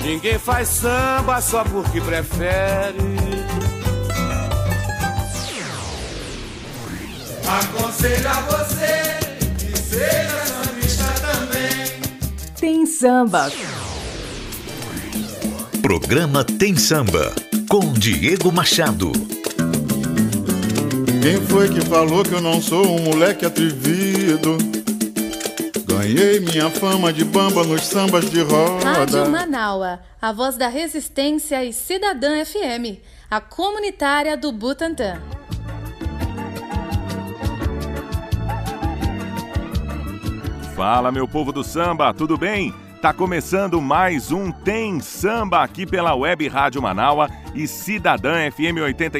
Ninguém faz samba só porque prefere. Aconselho a você que seja sambista também. Tem Samba. Programa Tem Samba, com Diego Machado. Quem foi que falou que eu não sou um moleque atrevido? Ganhei minha fama de bamba nos sambas de roda. Rádio Manaua, a voz da resistência e Cidadã FM, a comunitária do Butantã. Fala, meu povo do samba, tudo bem? Tá começando mais um Tem Samba aqui pela Web Rádio Manaua e Cidadã FM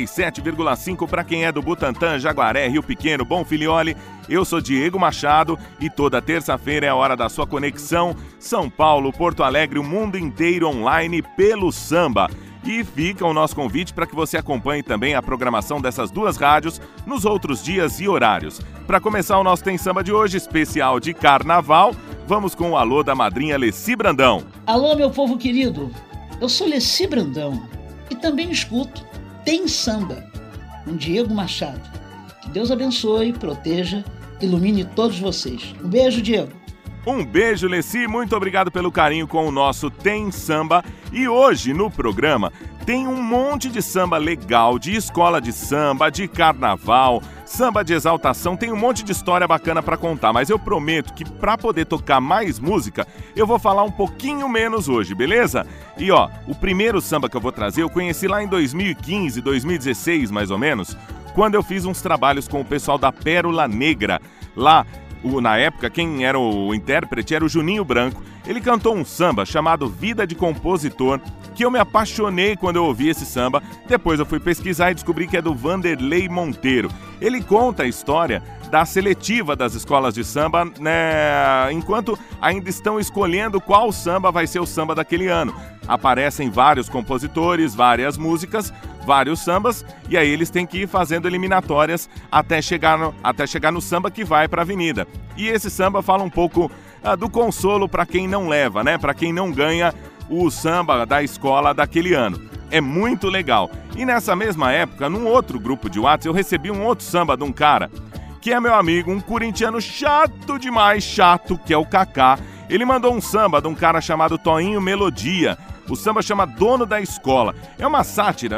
87,5 para quem é do Butantã, Jaguaré, Rio Pequeno, Bom Filioli. Eu sou Diego Machado e toda terça-feira é a hora da sua conexão São Paulo, Porto Alegre, o mundo inteiro online pelo samba. E fica o nosso convite para que você acompanhe também a programação dessas duas rádios nos outros dias e horários. Para começar o nosso Tem Samba de hoje, especial de Carnaval, vamos com o alô da madrinha Leci Brandão. Alô, meu povo querido, eu sou Leci Brandão e também escuto Tem Samba, com Diego Machado. Que Deus abençoe, proteja, ilumine todos vocês. Um beijo, Diego. Um beijo, Leci, muito obrigado pelo carinho com o nosso Tem Samba. E hoje, no programa, tem um monte de samba legal, de escola de samba, de carnaval, samba de exaltação, tem um monte de história bacana pra contar. Mas eu prometo que pra poder tocar mais música, eu vou falar um pouquinho menos hoje, beleza? E ó, o primeiro samba que eu vou trazer, eu conheci lá em 2015, 2016, mais ou menos, quando eu fiz uns trabalhos com o pessoal da Pérola Negra, lá. Na época, quem era o intérprete era o Juninho Branco. Ele cantou um samba chamado Vida de Compositor, que eu me apaixonei quando eu ouvi esse samba. Depois eu fui pesquisar e descobri que é do Vanderlei Monteiro. Ele conta a história da seletiva das escolas de samba, né, enquanto ainda estão escolhendo qual samba vai ser o samba daquele ano. Aparecem vários compositores, várias músicas, vários sambas, e aí eles têm que ir fazendo eliminatórias até chegar no samba que vai para a avenida. E esse samba fala um pouco do consolo para quem não leva, né? Para quem não ganha o samba da escola daquele ano. É muito legal. E nessa mesma época, num outro grupo de WhatsApp, eu recebi um outro samba de um cara que é meu amigo, um corintiano chato demais, chato, que é o Kaká. Ele mandou um samba de um cara chamado Toinho Melodia. O samba chama Dono da Escola. É uma sátira,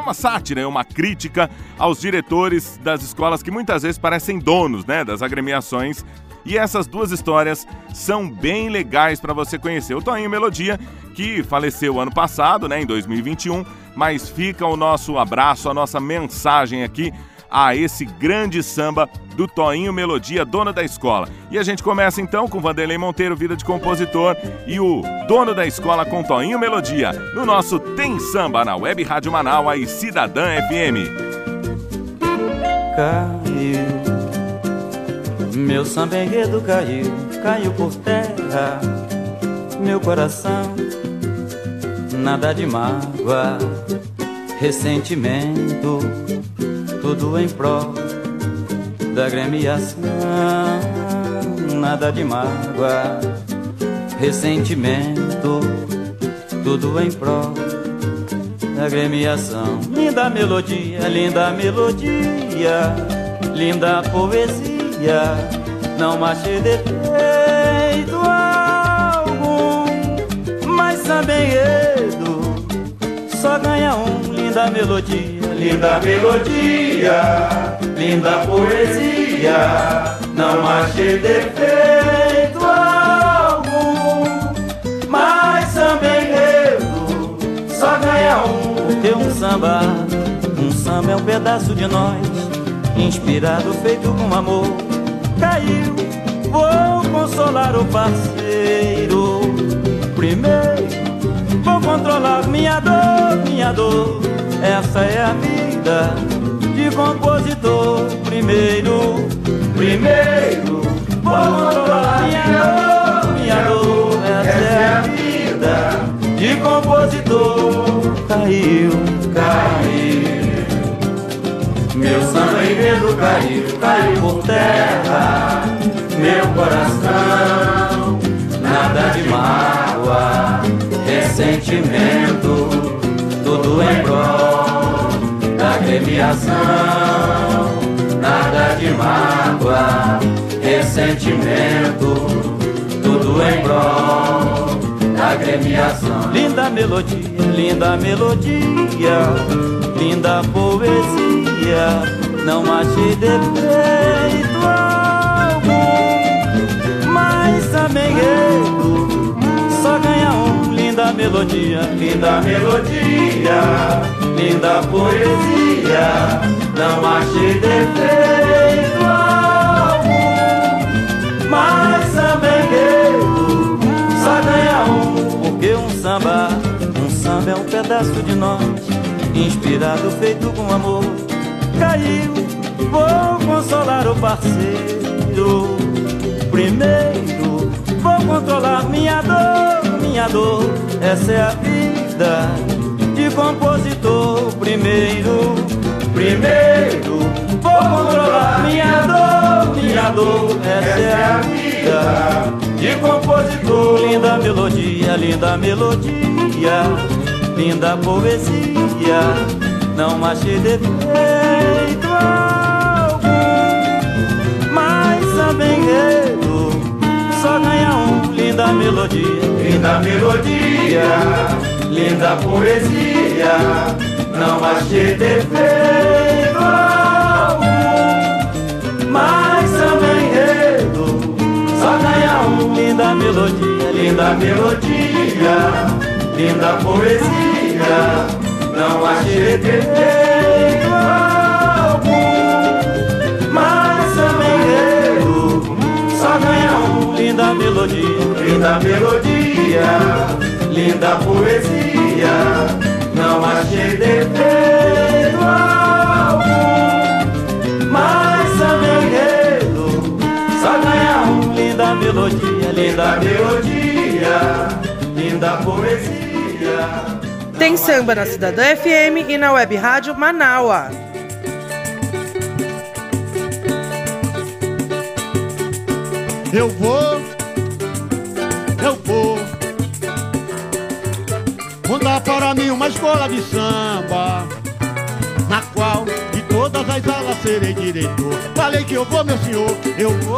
é uma crítica aos diretores das escolas que muitas vezes parecem donos, né, das agremiações. E essas duas histórias são bem legais para você conhecer. O Toinho Melodia, que faleceu ano passado, né, em 2021, mas fica o nosso abraço, a nossa mensagem aqui a esse grande samba do Toinho Melodia, Dono da Escola. E a gente começa então com Vanderlei Monteiro, Vida de Compositor, e o Dono da Escola com Toinho Melodia, no nosso Tem Samba na Web Rádio Manaua e Cidadã FM. Caiu, meu samba enredo caiu por terra, meu coração, nada de mágoa, ressentimento, tudo em prol da agremiação, nada de mágoa, ressentimento, tudo em prol da agremiação. Linda melodia, linda poesia, não achei defeito algum, mas samba enredo só ganha um. Linda melodia, linda poesia, não achei defeito algum, mas samba enredo só ganha um. Porque um samba é um pedaço de nós, inspirado, feito com amor. Caiu, vou consolar o parceiro primeiro, vou controlar minha dor, essa é a vida de compositor. Primeiro, vou controlar minha dor, essa é a vida de compositor. Caiu, meu samba enredo caiu por terra, meu coração, nada de mágoa, ressentimento, tudo em prol da agremiação. Nada de mágoa, ressentimento, tudo em prol da agremiação. Linda melodia, linda poesia, não achei defeito algum, mas também enredo só ganha um. Linda melodia, linda poesia, não achei defeito algum, mas também enredo só ganha um. Porque um samba é um pedaço de nós, inspirado, feito com amor. Caiu, vou consolar o parceiro. Primeiro, vou controlar minha dor. Essa é a vida de compositor. Primeiro, vou controlar minha dor. Essa é a vida de compositor. Linda melodia, linda poesia, não achei defeito algum, mas também enredo só ganha um. Linda melodia, linda poesia, não achei defeito algum, mas também enredo só ganha um. Linda melodia, linda poesia, não achei defeito algum, mas também enredo só ganha um. Linda melodia, linda poesia, não achei defeito algum, mas também enredo só ganha um. Linda melodia, linda poesia. Tem samba na Cidadã FM e na Web Rádio Manaua. Eu vou fundar para mim uma escola de samba, na qual de todas as alas serei diretor. Falei que eu vou, meu senhor, eu vou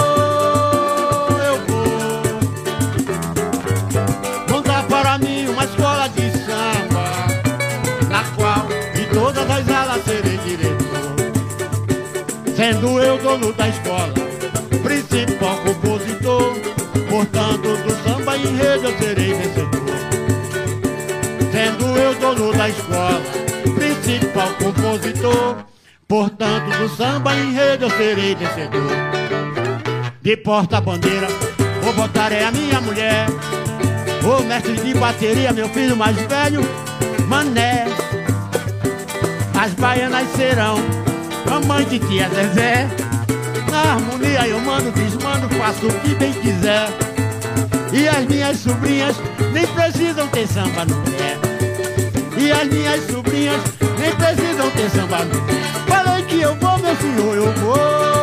fundar para mim uma escola de samba, na qual de todas as alas serei diretor. Sendo eu dono da escola, principal compositor, portanto do samba enredo eu serei vencedor. Sendo eu dono da escola, principal compositor, portanto do samba enredo eu serei vencedor. De porta-bandeira vou botar a minha mulher, o mestre de bateria meu filho mais velho, Mané. As baianas serão mamãe de tia Zezé. Na harmonia eu mando, desmando, faço o que bem quiser. E as minhas sobrinhas nem precisam ter samba no pé. E as minhas sobrinhas nem precisam ter samba no pé. Falei que eu vou, meu senhor, eu vou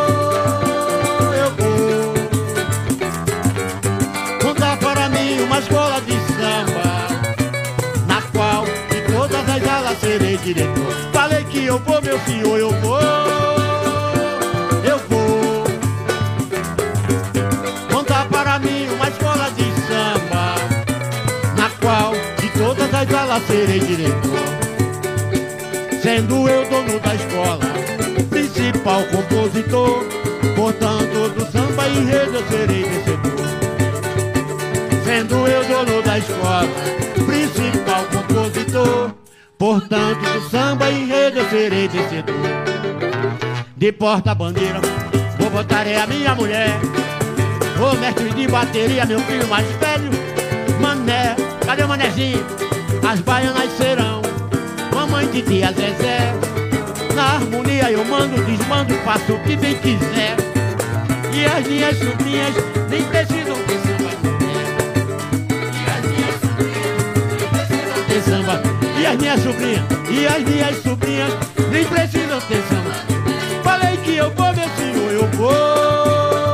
fundar para mim uma escola de samba, na qual de todas as alas serei diretor. Falei que eu vou, meu senhor, eu vou fundar para mim uma escola de samba, na qual de todas as alas serei diretor. Sendo eu dono da escola, principal compositor, portanto do samba enredo eu serei vencedor. Sendo eu dono da escola, principal compositor, portanto do samba enredo eu serei vencedor. De porta-bandeira vou botar a minha mulher, o mestre de bateria meu filho mais velho, Mané. Cadê o Manézinho? As baianas serão mamãe de tia Zezé. Na harmonia eu mando, desmando, faço o que bem quiser. E as minhas sobrinhas nem precisam ter samba no pé. E as minhas sobrinhas nem precisam ter samba. E as minhas sobrinhas nem precisam ter samba. Falei que eu vou, meu senhor, eu vou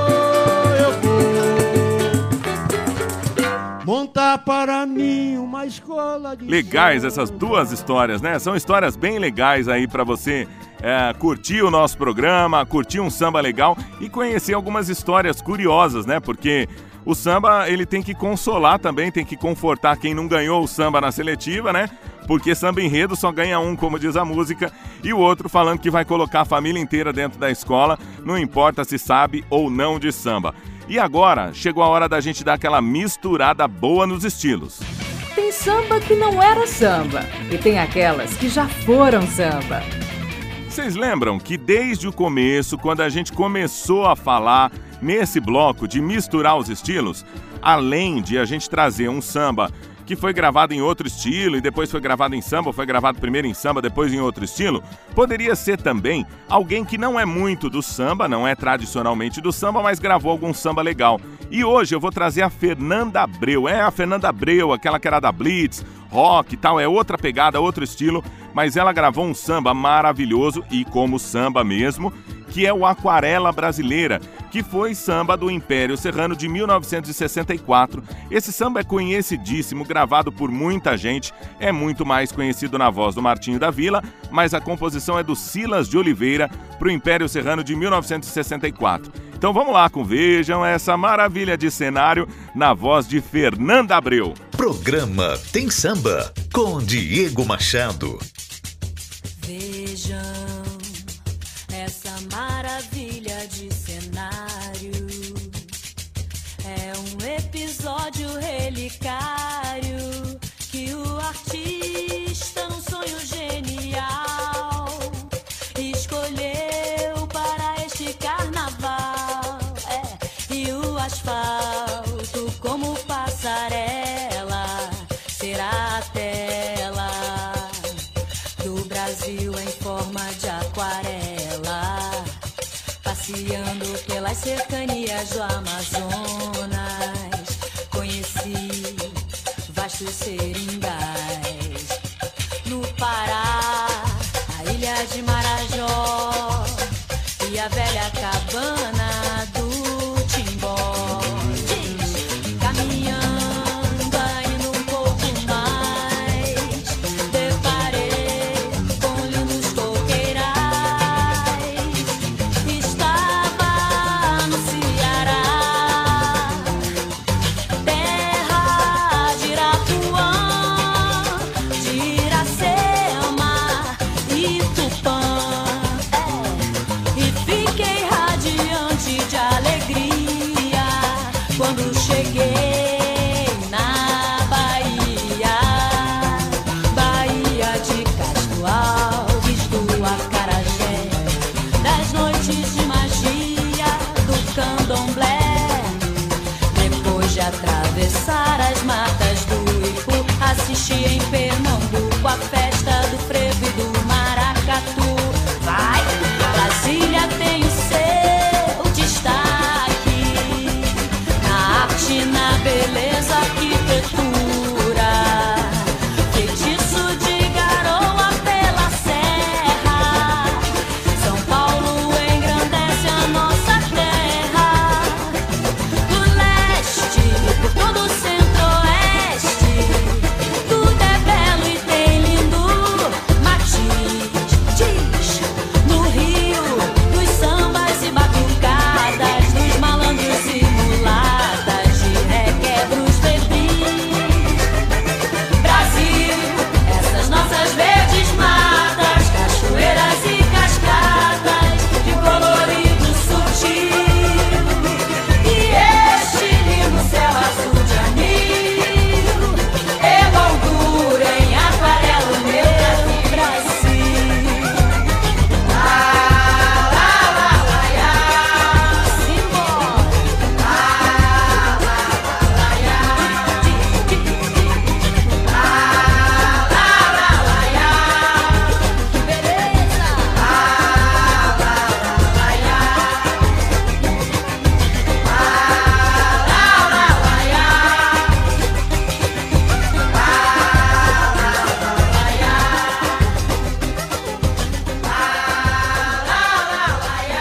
montar para mim uma Legais essas duas histórias, né? São histórias bem legais aí pra você curtir o nosso programa, curtir um samba legal e conhecer algumas histórias curiosas, né? Porque o samba, ele tem que consolar também, tem que confortar quem não ganhou o samba na seletiva, né? Porque samba enredo só ganha um, como diz a música, e o outro falando que vai colocar a família inteira dentro da escola, não importa se sabe ou não de samba. E agora, chegou a hora da gente dar aquela misturada boa nos estilos. Tem samba que não era samba e tem aquelas que já foram samba. Vocês lembram que desde o começo, quando a gente começou a falar nesse bloco de misturar os estilos, além de a gente trazer um samba que foi gravado em outro estilo e depois foi gravado em samba, ou foi gravado primeiro em samba, depois em outro estilo, poderia ser também alguém que não é muito do samba, não é tradicionalmente do samba, mas gravou algum samba legal. E hoje eu vou trazer a Fernanda Abreu. A Fernanda Abreu, aquela que era da Blitz, rock e tal, é outra pegada, outro estilo, mas ela gravou um samba maravilhoso e como samba mesmo, que é o Aquarela Brasileira, que foi samba do Império Serrano de 1964. Esse samba é conhecidíssimo, gravado por muita gente, é muito mais conhecido na voz do Martinho da Vila, mas a composição é do Silas de Oliveira para o Império Serrano de 1964. Então vamos lá, vejam essa maravilha de cenário na voz de Fernanda Abreu. Programa Tem Samba, com Diego Machado. Vejam essa maravilha de cenário, é um episódio relicário que o artista, num sonho genial, escolheu para este carnaval. E o asfalto como passarela será a tela do Brasil em forma de aquarela, passeando pelas cercanias do Amazonas. Conheci vastos seringais no Pará, a ilha de Marajó e a velha cabana do Timbó. Caminhando ainda um pouco mais, deparei com lindos coqueirais. Estava no Ceará, terra de Irapuã, de Iracema e Tupã. E fiquei radiante de alegria quando cheguei na Bahia, Bahia de Castro Alves, do Acarajé, das noites de magia do Candomblé. Depois de atravessar as matas do Ipu, assisti em Pernambuco a festa do frevo e do maracatu. Vai! Brasília tem o seu destaque na arte, na beleza, arquitetura. Feitiço de garoa pela serra, São Paulo engrandece a nossa terra. Do leste, por todo o centro-oeste, tudo é belo e tem lindo matiz. Diz, no Rio, dos sambas e batucadas, dos malandros e mulatas, de requebros febris. Brasil, essas nossas verdes matas, cachoeiras e cascatas, de colorido sutil. E este lindo céu azul de anil, emoldura em aquarela, meu Brasil.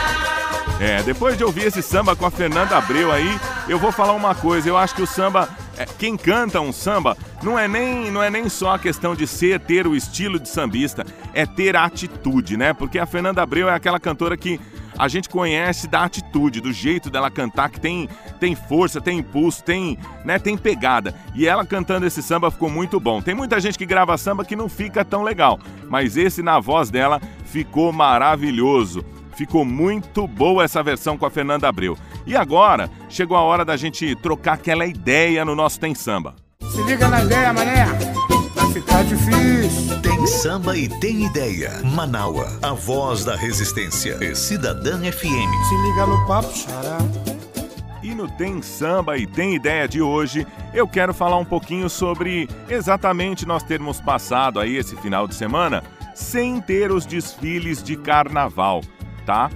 Depois de ouvir esse samba com a Fernanda Abreu aí, eu vou falar uma coisa. Eu acho que o samba quem canta um samba não é nem só a questão de ter o estilo de sambista, é ter a atitude, né? Porque a Fernanda Abreu é aquela cantora que a gente conhece da atitude, do jeito dela cantar, que tem força, tem impulso, tem pegada. E ela cantando esse samba ficou muito bom. Tem muita gente que grava samba que não fica tão legal, mas esse na voz dela ficou maravilhoso. Ficou muito boa essa versão com a Fernanda Abreu. E agora, chegou a hora da gente trocar aquela ideia no nosso Tem Samba. Se liga na ideia, mané. Vai ficar difícil. Tem Samba e tem ideia. Manaua, a voz da resistência. E Cidadã FM. Se liga no papo, xará. E no Tem Samba e tem ideia de hoje, eu quero falar um pouquinho sobre exatamente nós termos passado aí esse final de semana sem ter os desfiles de carnaval. Tá?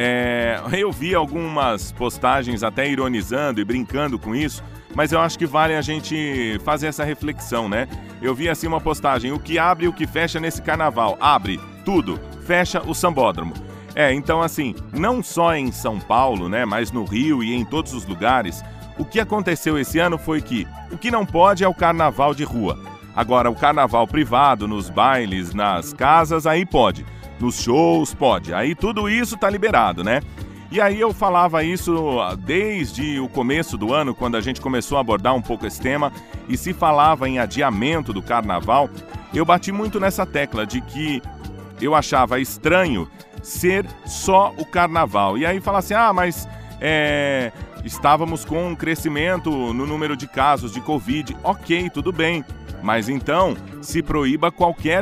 Eu vi algumas postagens até ironizando e brincando com isso, mas eu acho que vale a gente fazer essa reflexão, né? Eu vi assim uma postagem, o que abre e o que fecha nesse carnaval? Abre tudo, fecha o sambódromo. Então assim, não só em São Paulo, né, mas no Rio e em todos os lugares, o que aconteceu esse ano foi que o que não pode é o carnaval de rua. Agora, o carnaval privado, nos bailes, nas casas, aí pode. Nos shows, pode. Aí tudo isso tá liberado, né? E aí eu falava isso desde o começo do ano, quando a gente começou a abordar um pouco esse tema, e se falava em adiamento do carnaval, eu bati muito nessa tecla de que eu achava estranho ser só o carnaval. E aí fala assim, mas estávamos com um crescimento no número de casos de Covid. Ok, tudo bem. Mas então, se proíba qualquer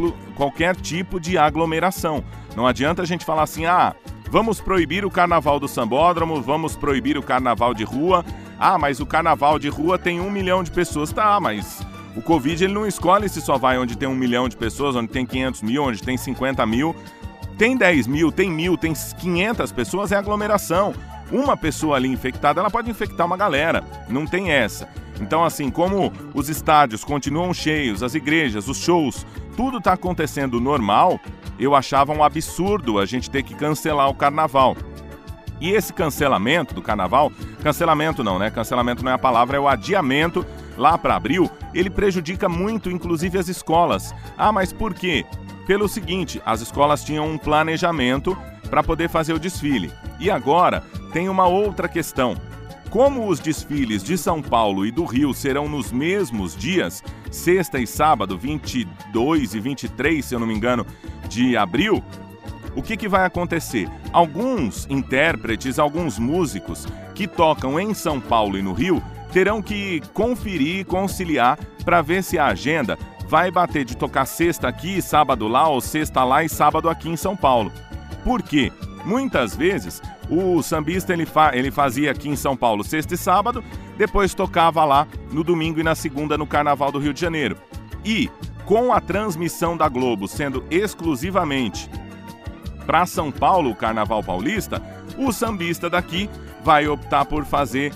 tipo de aglomeração. Não adianta a gente falar assim, vamos proibir o carnaval do sambódromo, vamos proibir o carnaval de rua. Mas o carnaval de rua tem 1 milhão de pessoas. Tá, mas o Covid ele não escolhe se só vai onde tem 1 milhão de pessoas, onde tem 500 mil, onde tem 50 mil. Tem 10 mil, tem 1.000, tem 500 pessoas, é aglomeração. Uma pessoa ali infectada, ela pode infectar uma galera. Não tem essa. Então, assim, como os estádios continuam cheios, as igrejas, os shows, tudo está acontecendo normal, eu achava um absurdo a gente ter que cancelar o carnaval. E esse cancelamento do carnaval, cancelamento não, né? Cancelamento não é a palavra, é o adiamento lá para abril, ele prejudica muito, inclusive, as escolas. Mas por quê? Pelo seguinte, as escolas tinham um planejamento para poder fazer o desfile. E agora tem uma outra questão. Como os desfiles de São Paulo e do Rio serão nos mesmos dias, sexta e sábado, 22 e 23, se eu não me engano, de abril, o que vai acontecer? Alguns intérpretes, alguns músicos que tocam em São Paulo e no Rio terão que conferir e conciliar para ver se a agenda vai bater de tocar sexta aqui, sábado lá, ou sexta lá e sábado aqui em São Paulo. Por quê? Muitas vezes o sambista ele fazia aqui em São Paulo sexta e sábado, depois tocava lá no domingo e na segunda no Carnaval do Rio de Janeiro. E com a transmissão da Globo sendo exclusivamente para São Paulo, o Carnaval Paulista, o sambista daqui vai optar por fazer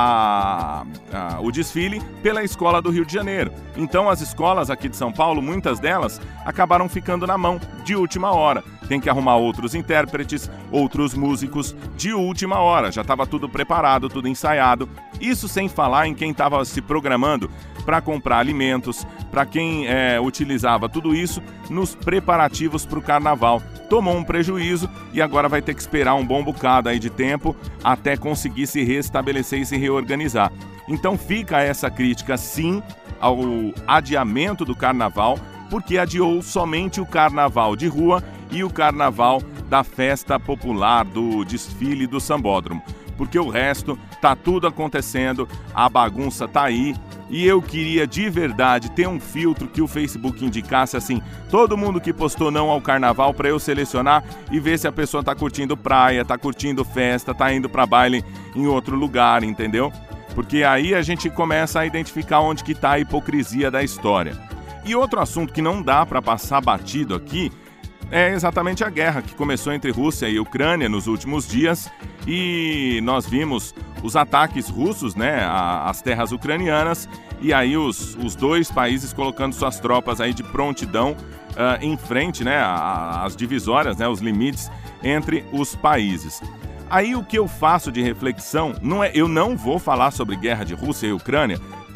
o desfile pela escola do Rio de Janeiro. Então as escolas aqui de São Paulo, muitas delas, acabaram ficando na mão de última hora. Tem que arrumar outros intérpretes, outros músicos de última hora. Já estava tudo preparado, tudo ensaiado. Isso sem falar em quem estava se programando para comprar alimentos, para quem utilizava tudo isso nos preparativos para o carnaval. Tomou um prejuízo e agora vai ter que esperar um bom bocado aí de tempo até conseguir se restabelecer e se reorganizar. Então fica essa crítica sim ao adiamento do carnaval, porque adiou somente o carnaval de rua e o carnaval da festa popular, do desfile do sambódromo. Porque o resto tá tudo acontecendo, a bagunça tá aí. E eu queria de verdade ter um filtro que o Facebook indicasse assim, todo mundo que postou não ao carnaval, para eu selecionar e ver se a pessoa tá curtindo praia, tá curtindo festa, tá indo para baile em outro lugar, entendeu? Porque aí a gente começa a identificar onde que tá a hipocrisia da história. E outro assunto que não dá para passar batido aqui é exatamente a guerra que começou entre Rússia e Ucrânia nos últimos dias, e nós vimos os ataques russos, né, às terras ucranianas, e aí os dois países colocando suas tropas aí de prontidão em frente, né, às divisórias, né, os limites entre os países. Aí o que eu faço de reflexão, eu não vou falar sobre guerra de Rússia e Ucrânia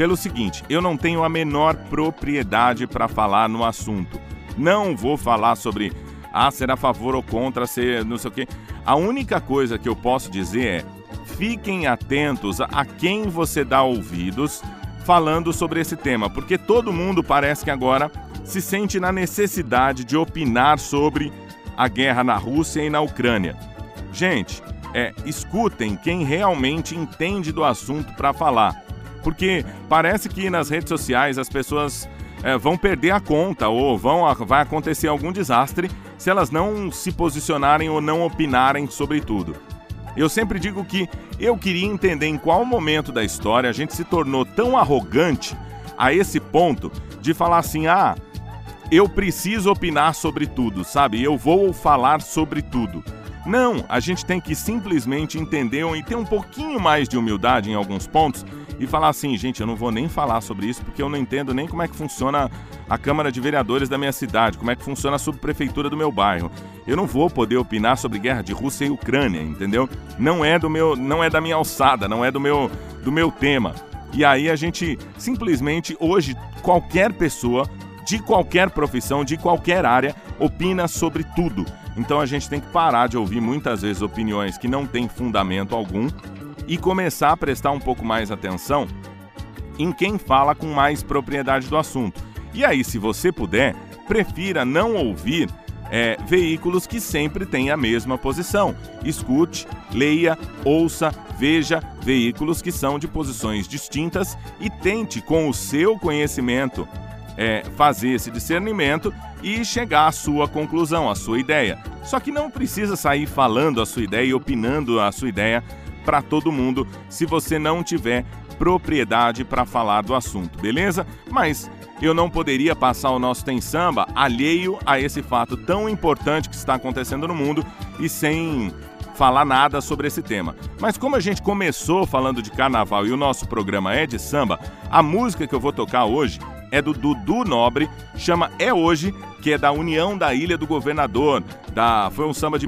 pelo seguinte, eu não tenho a menor propriedade para falar no assunto. Não vou falar sobre, ser a favor ou contra, ser não sei o quê. A única coisa que eu posso dizer é, fiquem atentos a quem você dá ouvidos falando sobre esse tema, porque todo mundo parece que agora se sente na necessidade de opinar sobre a guerra na Rússia e na Ucrânia. Gente, escutem quem realmente entende do assunto para falar, porque parece que nas redes sociais as pessoas vão perder a conta ou vai acontecer algum desastre se elas não se posicionarem ou não opinarem sobre tudo. Eu sempre digo que eu queria entender em qual momento da história a gente se tornou tão arrogante a esse ponto de falar assim, eu preciso opinar sobre tudo, sabe? Eu vou falar sobre tudo. Não, a gente tem que simplesmente entender e ter um pouquinho mais de humildade em alguns pontos e falar assim, gente, eu não vou nem falar sobre isso porque eu não entendo nem como é que funciona a Câmara de Vereadores da minha cidade, como é que funciona a subprefeitura do meu bairro. Eu não vou poder opinar sobre guerra de Rússia e Ucrânia, entendeu? Não é da minha alçada, não é do meu tema. E aí a gente simplesmente, hoje, qualquer pessoa, de qualquer profissão, de qualquer área, opina sobre tudo. Então a gente tem que parar de ouvir muitas vezes opiniões que não têm fundamento algum e começar a prestar um pouco mais atenção em quem fala com mais propriedade do assunto. E aí, se você puder, prefira não ouvir veículos que sempre têm a mesma posição. Escute, leia, ouça, veja veículos que são de posições distintas e tente, com o seu conhecimento, fazer esse discernimento e chegar à sua conclusão, à sua ideia. Só que não precisa sair falando a sua ideia e opinando a sua ideia para todo mundo se você não tiver propriedade para falar do assunto, beleza? Mas eu não poderia passar o nosso Tem Samba alheio a esse fato tão importante que está acontecendo no mundo e sem falar nada sobre esse tema. Mas como a gente começou falando de carnaval e o nosso programa é de samba, a música que eu vou tocar hoje é do Dudu Nobre, chama É Hoje, que é da União da Ilha do Governador. Foi um samba de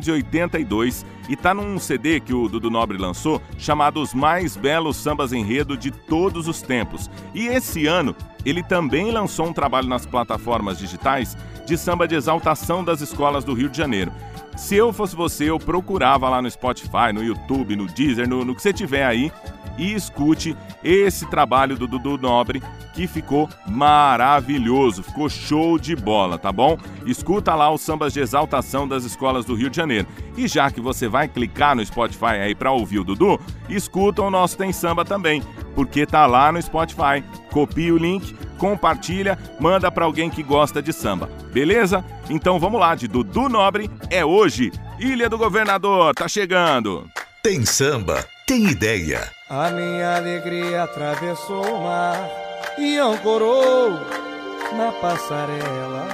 1982 e tá num CD que o Dudu Nobre lançou, chamado Os Mais Belos Sambas Enredo de Todos os Tempos. E esse ano, ele também lançou um trabalho nas plataformas digitais de samba de exaltação das escolas do Rio de Janeiro. Se eu fosse você, eu procurava lá no Spotify, no YouTube, no Deezer, no que você tiver aí, e escute esse trabalho do Dudu Nobre, que ficou maravilhoso, ficou show de bola, tá bom? Escuta lá os sambas de exaltação das escolas do Rio de Janeiro. E já que você vai clicar no Spotify aí pra ouvir o Dudu, escuta o nosso Tem Samba também, porque tá lá no Spotify. Copia o link, compartilha, manda pra alguém que gosta de samba, beleza? Então vamos lá, de Dudu Nobre, É Hoje, Ilha do Governador, tá chegando. Tem Samba, tem ideia. A minha alegria atravessou o mar e ancorou na passarela.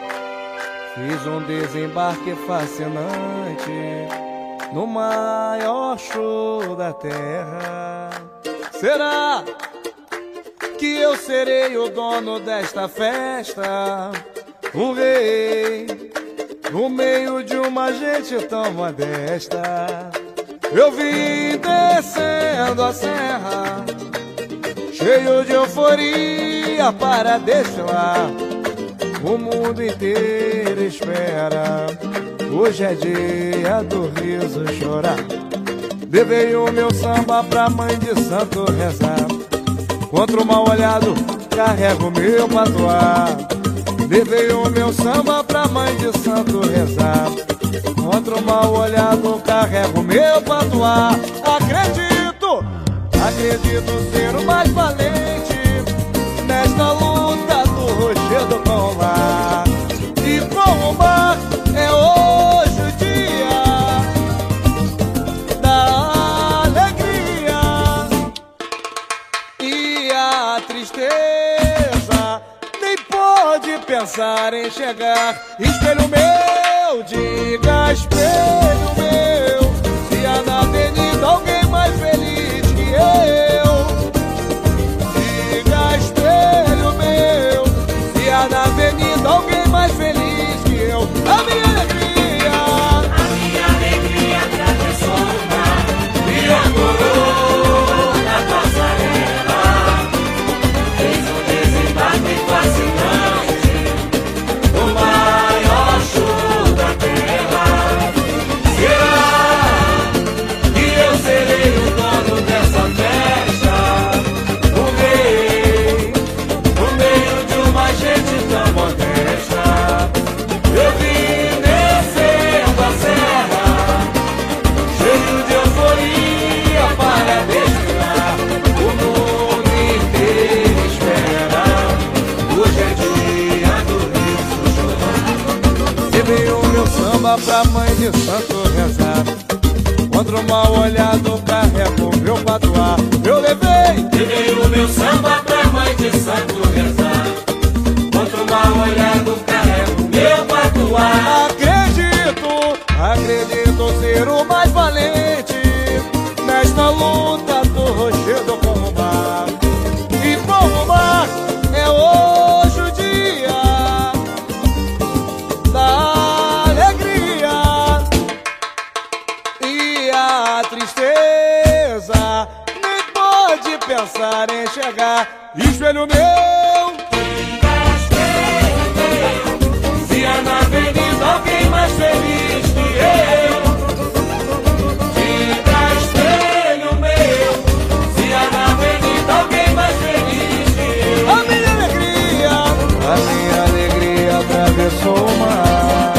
Fiz um desembarque fascinante no maior show da terra. Será que eu serei o dono desta festa? Um rei no meio de uma gente tão modesta. Eu vim descendo a serra, cheio de euforia para desfilar. O mundo inteiro espera, hoje é dia do riso chorar. Levei o meu samba pra mãe de santo rezar. Contra o mal olhado, carrego meu patuá. Levei o meu samba pra mãe de santo rezar. Contra o mal olhado, carrego meu patuá. Acredito ser o mais valente nesta luta do rochedo com o mar. E com o mar é hoje o dia da alegria. E a tristeza nem pode pensar em chegar. Espelho meu, diga espelho meu, se há na avenida alguém mais feliz que eu. Diga espelho meu, se há na avenida alguém mais feliz que eu. A minha alegria atravessou o mar e ancorou na passarela. levei o meu samba pra mãe de santo rezar. Contra o mal olhado carrego o meu patuá. Eu levei o meu samba pra mãe de santo rezar. Contra o mal olhado carrego o meu patuá. Acredito ser o mais valente nesta luta do rochedo com o mar. E com o mar é hoje o dia da alegria, e a tristeza nem pode pensar em chegar. Espelho meu, se é na avenida alguém mais feliz que eu. Diga, espelho meu, se é na avenida alguém mais feliz que eu. A minha alegria atravessou o mar.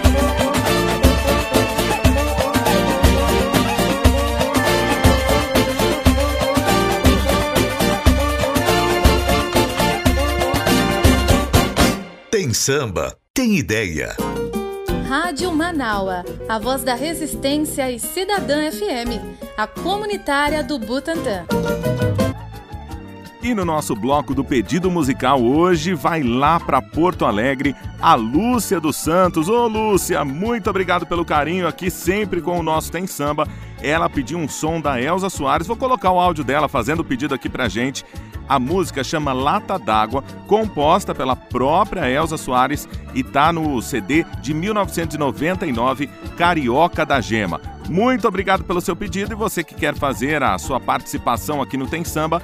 Tem samba, tem ideia. Rádio Manaua, a voz da resistência e Cidadã FM, a comunitária do Butantã. E no nosso bloco do pedido musical hoje vai lá para Porto Alegre a Lúcia dos Santos. Ô Lúcia, muito obrigado pelo carinho aqui sempre com o nosso Tem Samba. Ela pediu um som da Elza Soares, vou colocar o áudio dela fazendo o pedido aqui pra gente. A música chama Lata d'Água, composta pela própria Elza Soares e tá no CD de 1999, Carioca da Gema. Muito obrigado pelo seu pedido, e você que quer fazer a participação aqui no Tem Samba,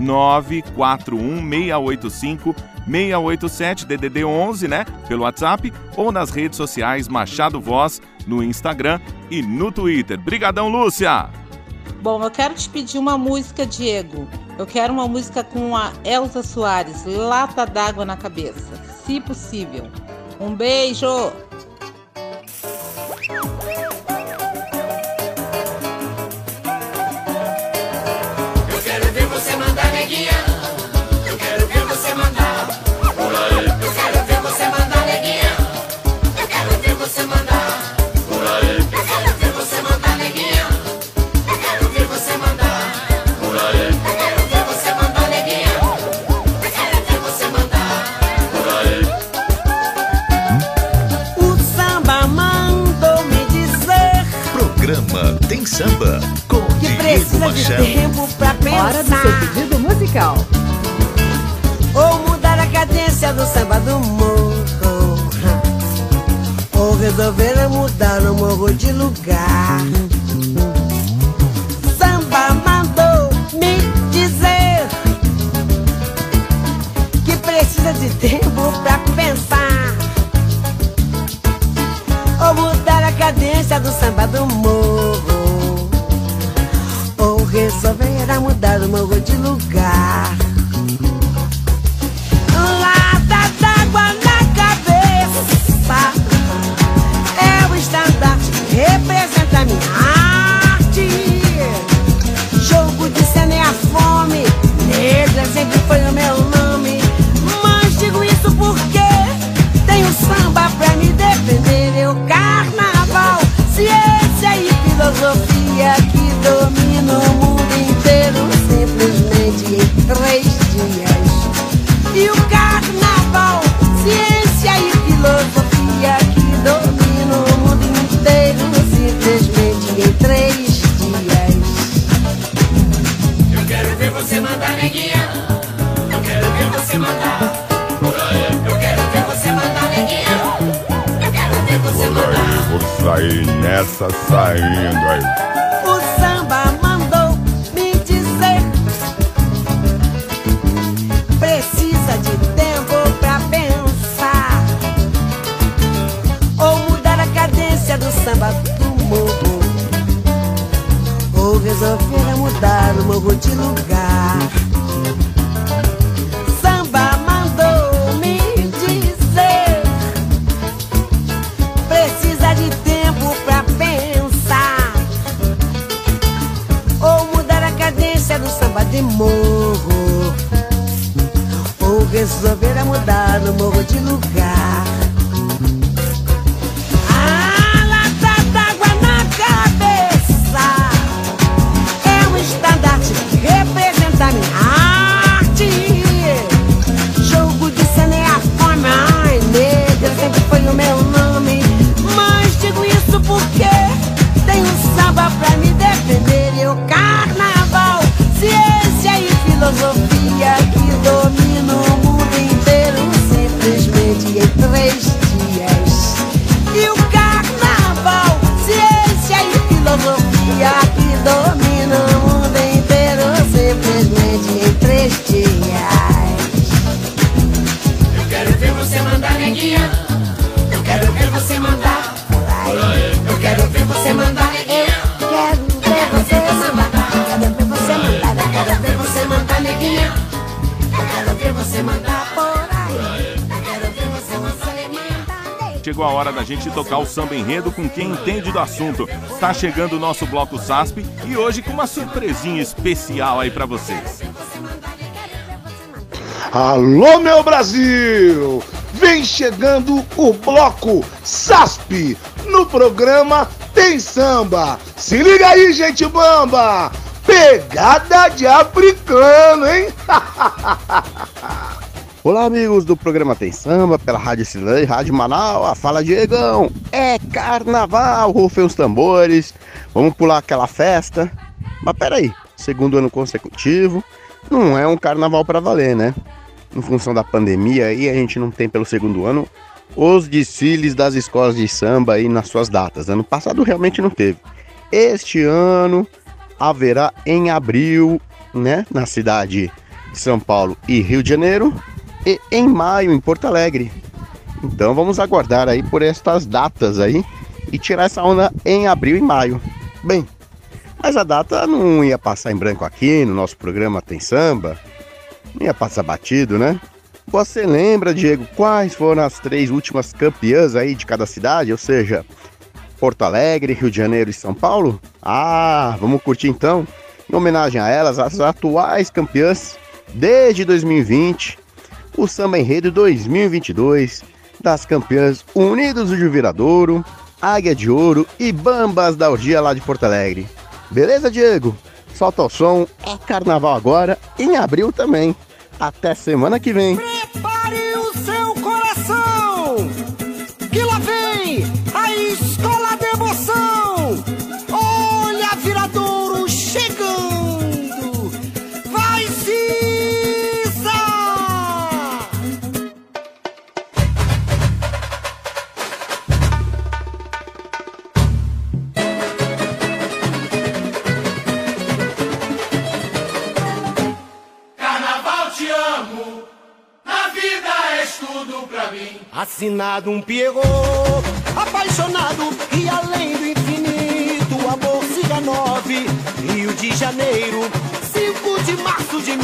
941-685-687, DDD 11, né? Pelo WhatsApp ou nas redes sociais Machado Voz, no Instagram e no Twitter. Brigadão, Lúcia! Bom, eu quero te pedir uma música, Diego. Eu quero uma música com a Elza Soares, Lata d'Água na Cabeça, se possível. Um beijo! Eu quero ver você mandar, neguinha. Eu quero ver você mandar. Por aí. Eu quero ver você mandar, neguinha. Eu quero ver você mandar. Por aí. Eu quero ver você mandar, neguinha. Eu quero ver você mandar. Por aí. Eu quero ver você mandar, neguinha. Eu quero ver você mandar. Por aí. O samba mandou me dizer. Programa Tem Samba com que Diego precisa Machado. de tempo pra pensar. Hora do seu pedido musical. Ou mudar a cadência do samba do morro, ou resolver mudar o morro de lugar. Samba mandou me dizer que precisa de tempo pra pensar. Ou mudar a cadência do samba do morro, ou resolver mudar o morro de lugar. Lata d'água na cabeça é o estandarte, representa minha arte. Jogo de cena é a fome, negra sempre foi o meu nome. Mas digo isso porque tenho samba pra me defender. Eu carnaval, ciência e filosofia que domina o mundo inteiro simplesmente em 3 dias. E o carnaval, ciência e filosofia que domina o mundo inteiro simplesmente em 3 dias. Eu quero ver você mandar, neguinha. Eu quero ver você mandar. Por aí. Eu quero ver você mandar, neguinha. Eu quero ver você mandar. Vou sair nessa, saindo aí. O samba mandou me dizer. Precisa de tempo pra pensar. Ou mudar a cadência do samba do morro, ou resolver mudar o morro de lugar. Samba mandou me dizer. Precisa de tempo pra pensar. Ou mudar a cadência do samba de morro, ou resolver mudar o morro de lugar. ver você mandar, neguinha. Eu quero ver você mandar. Eu quero ver você mandar, neguinha. Eu quero ver você mandar. Eu quero ver você mandar. Eu quero ver você mandar, neguinha. Eu quero ver você mandar por aí. Eu quero ver você mandar, neguinha. Chegou a hora da gente tocar o samba enredo com quem entende do assunto. Tá chegando o nosso bloco SASP e hoje com uma surpresinha especial aí pra vocês. Alô, meu Brasil! Vem chegando o bloco SASP no programa Tem Samba. Se liga aí, gente bamba! Pegada de africano, hein? Olá, amigos do programa Tem Samba, pela Rádio Silã, Rádio Manaus. Fala, Diegão. É carnaval, rufem os tambores. Vamos pular aquela festa. Mas peraí, segundo ano consecutivo, não é um carnaval pra valer, né? Em função da pandemia aí, a gente não tem pelo segundo ano os desfiles das escolas de samba aí nas suas datas. Ano passado realmente não teve. Este ano haverá em abril, né? Na cidade de São Paulo e Rio de Janeiro. E em maio em Porto Alegre. Então vamos aguardar aí por estas datas aí e tirar essa onda em abril e maio. Bem, mas a data não ia passar em branco aqui no nosso programa Tem Samba. Não ia passar batido, né? Você lembra, Diego, quais foram as 3 últimas campeãs aí de cada cidade? Ou seja, Porto Alegre, Rio de Janeiro e São Paulo? Ah, vamos curtir então, em homenagem a elas, as atuais campeãs desde 2020, o Samba Enredo 2022 das campeãs Unidos do Viradouro, Águia de Ouro e Bambas da Orgia lá de Porto Alegre. Beleza, Diego? Solta o som, é carnaval agora, em abril também. Até semana que vem. Prepare o seu coração, que lá vem a escola de emoção. Olha, Viradouro chegando, vai Cisa! Assinado um Pierrot, apaixonado e além do infinito, amor siga 9, Rio de Janeiro, 5 de março de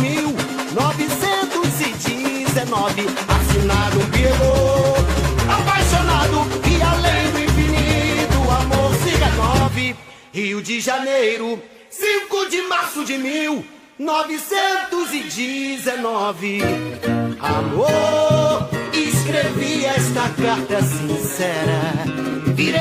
1919. Assinado um Pierrot, apaixonado e além do infinito, amor siga 9, Rio de Janeiro, 5 de março de 1919. Amor, escrevi esta carta sincera. Virei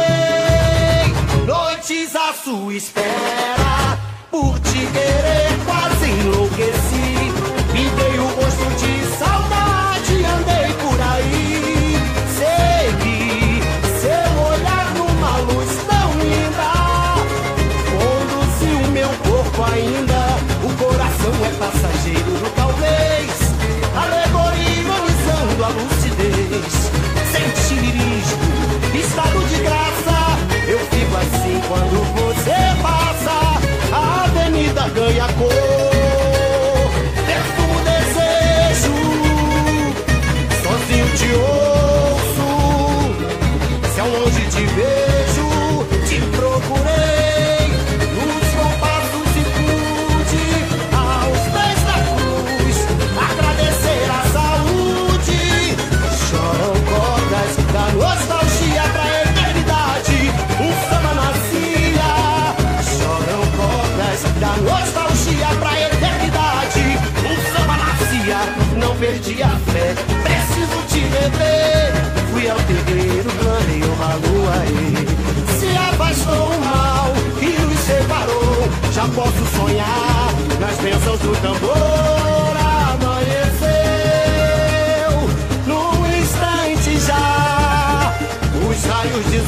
noites à sua espera. Por te querer quase enlouqueci. Pintei o rosto de saudade, andei por aí. Segui seu olhar numa luz tão linda. Conduziu meu corpo ainda. O coração é passageiro do talvez. Alegoria ironizando a lucidez. Sentirismo, estado de graça. Eu fico assim quando você passa. A avenida ganha cor. Perfumo desejo. Sozinho te ouço. Se ao longe te vejo, te procurei. Nos compassos de pude aos pés da cruz agradecer a saúde. Choram cordas da nostalgia pra eternidade. Um samba nascia. Choram cordas da nostalgia pra eternidade. Um samba nascia. Não perdi a fé, preciso te rever. Fui ao terreiro, clamei uma lua e se afastou o mal e nos separou. Já posso sonhar nas bênçãos do tambor. Amanheceu num instante já. Os raios de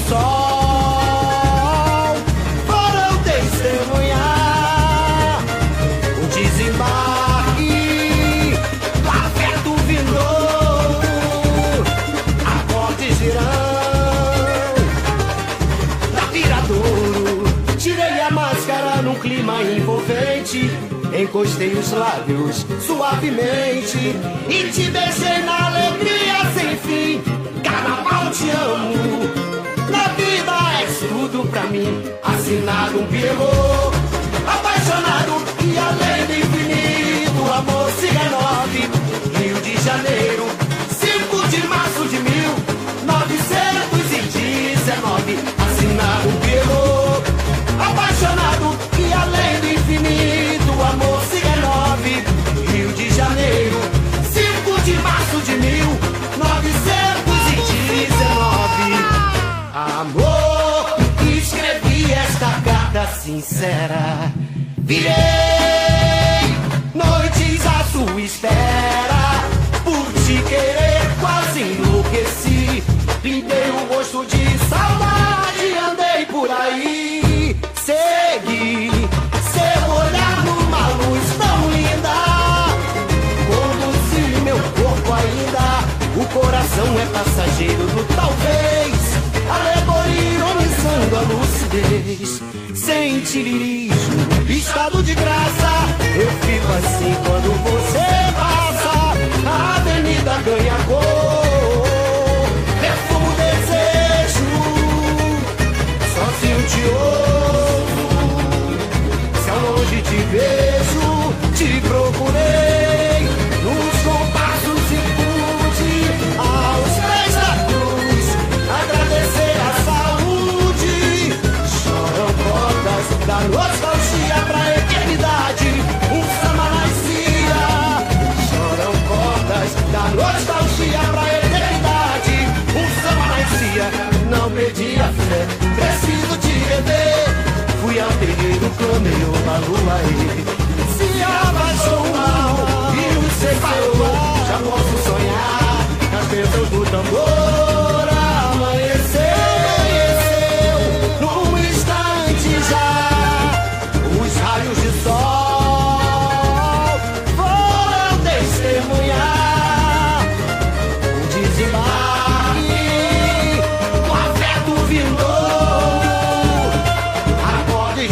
sol foram testemunhar o desembarque lá perto do vindouro. Acordes virão da Viradouro. Tirei a máscara num clima envolvente. Encostei os lábios suavemente e te beijei na alegria sincera. Virei noites à sua espera, por te querer quase enlouqueci. Pintei o rosto de saudade, andei por aí, segui seu olhar numa luz tão linda. Conduzi meu corpo ainda, o coração é passageiro do talvez, alegoria ironizando a lucidez. Sem tirirismo, estado de graça, eu fico assim quando você passa. A avenida ganha cor, perfumo desejo, sozinho te ouço, se ao longe te vejo, te procurei nos compassos e pude aos pés da cruz agradecer a saúde. Choram cordas da nostalgia pra eternidade, um samba nascia. Choram cordas da nostalgia pra eternidade, um samba nascia. Não perdi a fé, preciso te rever. Fui ao terreiro, clamei uma lua e se apaixonou e o separou. Já posso sonhar nas bênçãos do tambor. Amanheceu num instante já, os raios de sol foram testemunhar o desembarque, o afeto vindou, acordes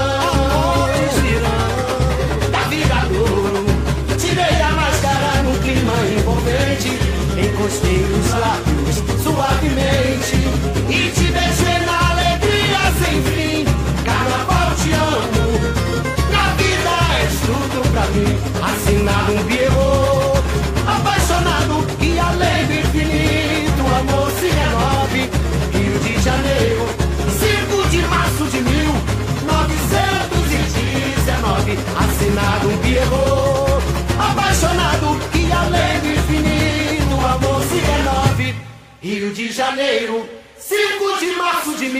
girando da Viradouro. Tirei a máscara no clima envolvente, encostei os lábios suavemente e te beijei na alegria sem fim. Carnaval, te amo, na vida és tudo pra mim. Assinado um Pierrot, apaixonado e além do infinito, o amor se renove. Rio de Janeiro, 5 de março de 1919. Assinado um Pierrot, apaixonado e além do infinito, o amor se renove. Rio de Janeiro, 5 de março de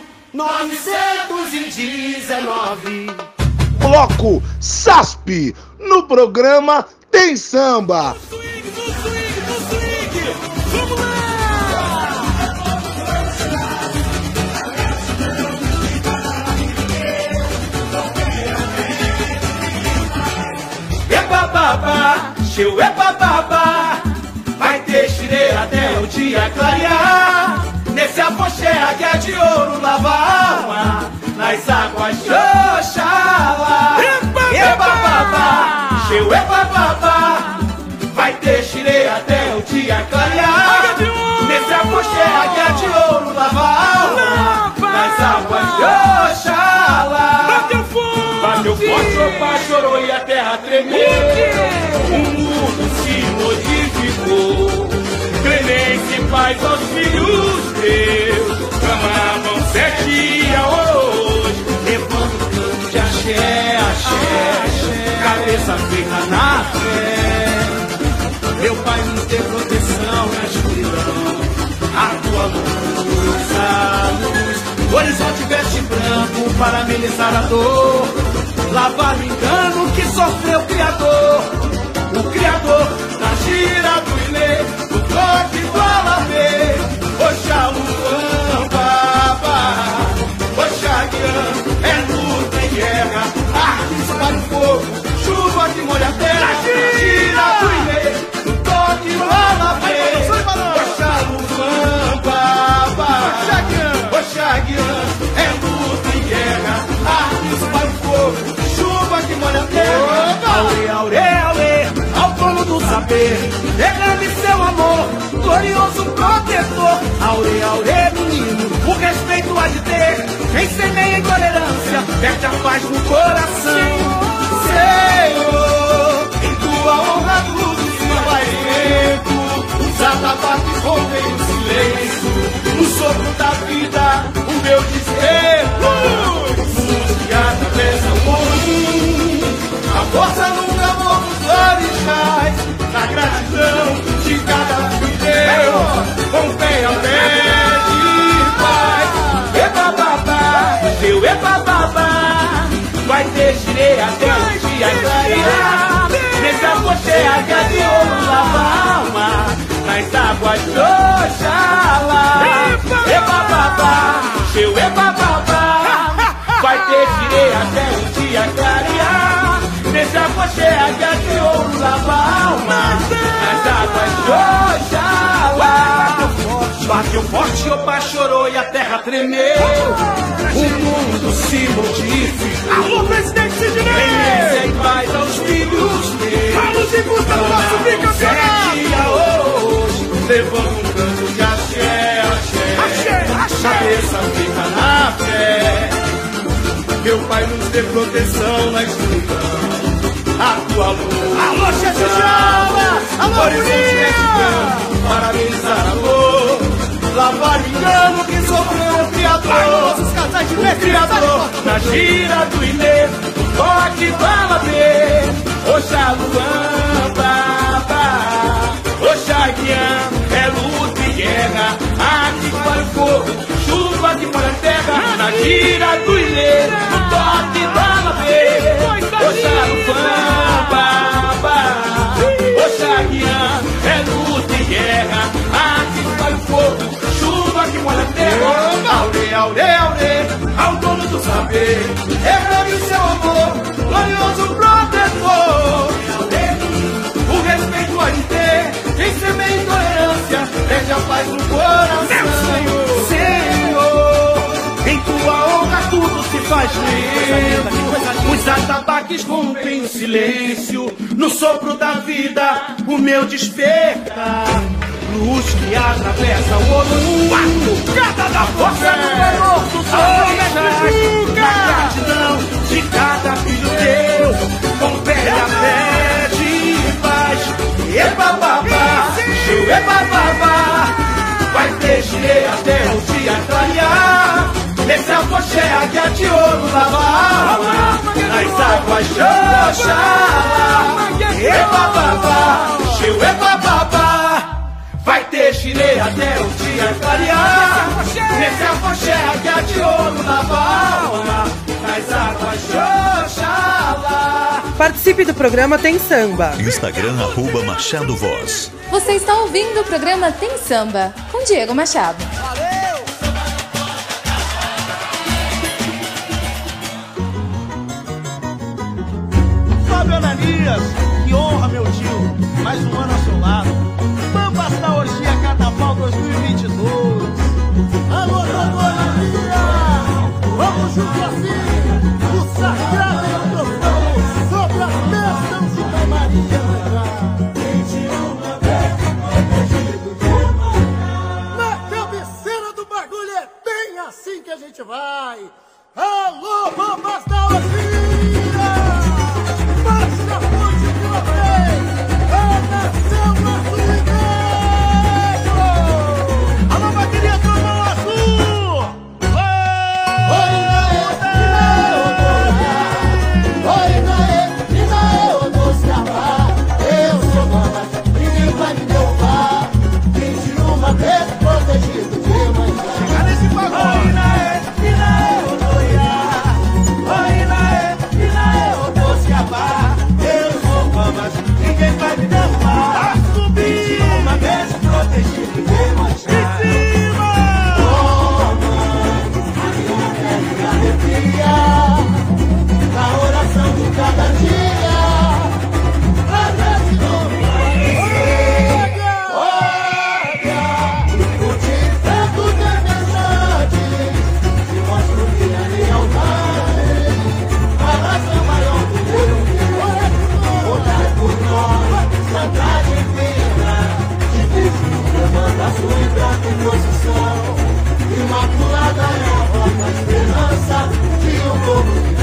1919. Bloco SASP, no programa Tem Samba. Epa babá, cheu epa babá, vai ter xirê até o dia clarear. Nesse apoxé que é de ouro lava a alma, nas águas de Oxalá. Epa babá, cheu epa babá, vai ter xirê até o dia clarear. Nesse apoxé que é de ouro lava a alma, nas águas de Oxalá. Bateu forte, o pai chorou e a terra tremeu, o mundo se modificou. Clemência e paz aos filhos teus, clamavam 7 dias hoje, levando canto de axé, axé, cabeça feita na fé. Meu pai nos dê proteção na escuridão, a tua luz, a luz. O horizonte veste branco para amenizar a dor, lavar o engano que sofreu o Criador. O Criador na gira do Ilê, o toque do Alabê. Oxalá, babá, Oxaguian, é luta e guerra, artes para o fogo, chuva que molha a terra. Na gira do Ilê, o toque do Alabê. Oxalá, babá, Oxaguian, é luta e guerra, artes para o fogo, chuva que molha a terra. Aure, aure, aure, ao trono do saber, derrame seu amor, glorioso protetor. Aure, aure, menino, o respeito há de ter, quem semeia intolerância, perde a paz no coração. Senhor, em tua honra tudo se vai vento, os atabaques rompem o silêncio, no sopro da vida, o meu dizer. Luz que atravessa o mundo, a força nunca morre os orixás, na gratidão de cada filho, com fé a fé de paz. Epa babá, teu epa babá, águas de Oxalá. Eba babá, seu eba babá, vai ter tirei até o dia clarear. Nesse afoxé de ouro lava a alma nas águas de Oxalá. Bateu forte, opa chorou e a terra tremeu. O mundo se modificou. Alô, presidente Sidney! Em paz aos filhos meus. Vamos em busca do nosso bicampeonato! Hoje, levando um canto de axé, axé. Cabeça fica na fé. Meu pai nos dê proteção na escuridão. A tua luz. Alô, chefe Jala! Alô, horizonte mexicano, parabenizar amor. Lavar engano que sofreu o criador. O criador na gira do Inê, o toque do Alabê. Oxaluã, babá, Oxaguiã, é luta e guerra. Aqui para o fogo, chuva que para a terra. Na gira do Inê, o toque do Alabê. Oxaluã, babá, Oxaguiã, é luta e guerra. Aqui para o fogo, chuva que molha a terra. Aure, aure, aure, ao dono do saber, reclame o seu amor, glorioso protetor. O respeito há de ter, quem semeia intolerância, perde a paz no coração. Senhor, em tua honra tudo se faz lento. Os atabaques rompem o silêncio, no sopro da vida o meu despertar. Luz que atravessa o ouro, cada da força do menor do sol, na gratidão de cada filho teu, confere a fé de paz. Eba babá, show eba babá, vai ter girei até o dia clarear. Nesse afoxé águia de ouro lava a alma, nas águas de Oxalá. Eba babá, show eba babá, vai ter girei até o dia clarear. Nesse afoxé águia de ouro lava a alma, nas águas de Oxalá. Participe do programa Tem Samba. Instagram @Machado Voz. Você está ouvindo o programa Tem Samba, com Diego Machado. Fábio Ananias, que honra meu tio, mais um ano ao seu lado. Pampas da Orgia Carnaval 2022. Alô, Maria, vamos junto assim, o sagrado e o profano, sobre a bênção de Mãe Maria. Na cabeceira do bagulho é bem assim que a gente vai. Alô, Pampas da Orgia! Marcha forte de vocês! A nação azul e negro! Alô, bateria, trovão azul! Oi, Inaê, Odoscavá. Eu sou Bamba, ninguém vai me derrubar. 21 vezes protegido de manjar. Chega nesse bagulho! Inaê, Odoiá. Oi, Inaê, Odoscavá. Eu sou Bamba, ninguém vai me derrubar. 21 vezes protegido de manjar. Na oração de cada dia, pra ver se não olha, o desperto desejante, se mostra minha lealdade, a raça maior do mundo, olhar por nós, santa divina, difícil comanda a sua entrada posição, imaculada é a voz da esperança, de um povo que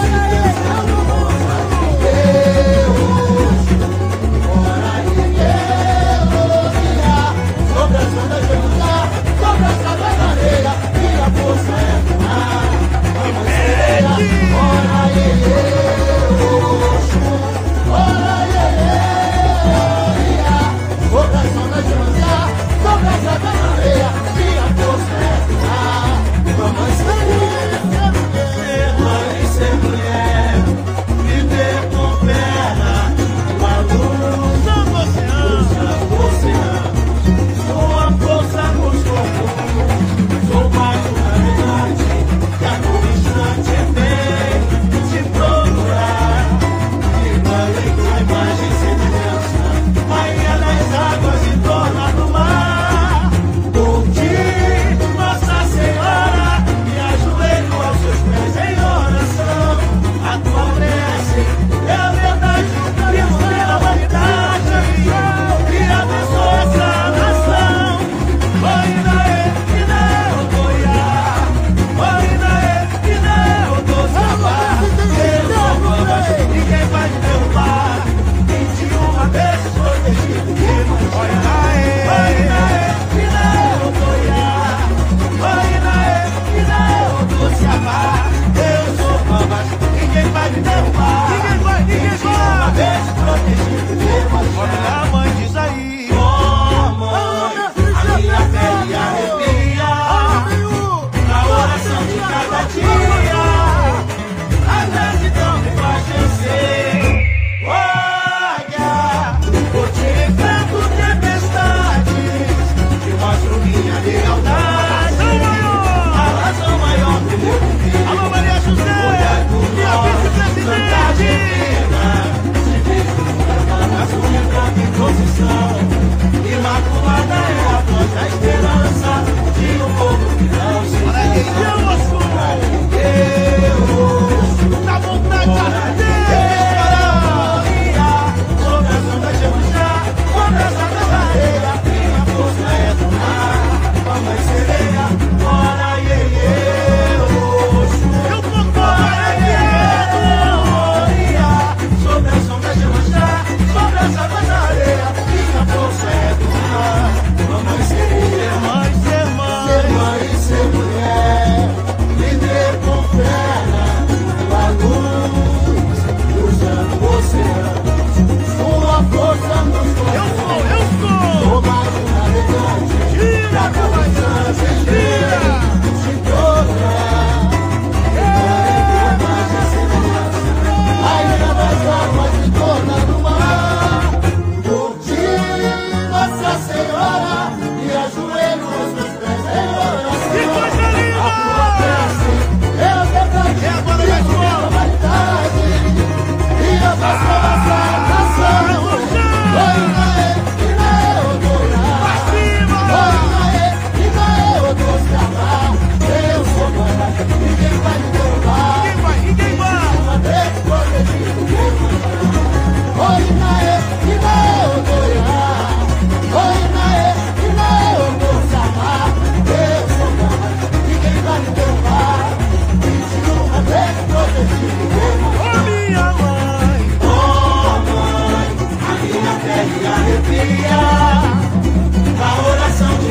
sobre as ondas de lutar, sobre as águas da areia, minha força é voar. Vamos sereia, ora sobre as ondas de lutar, sobre as águas da areia, minha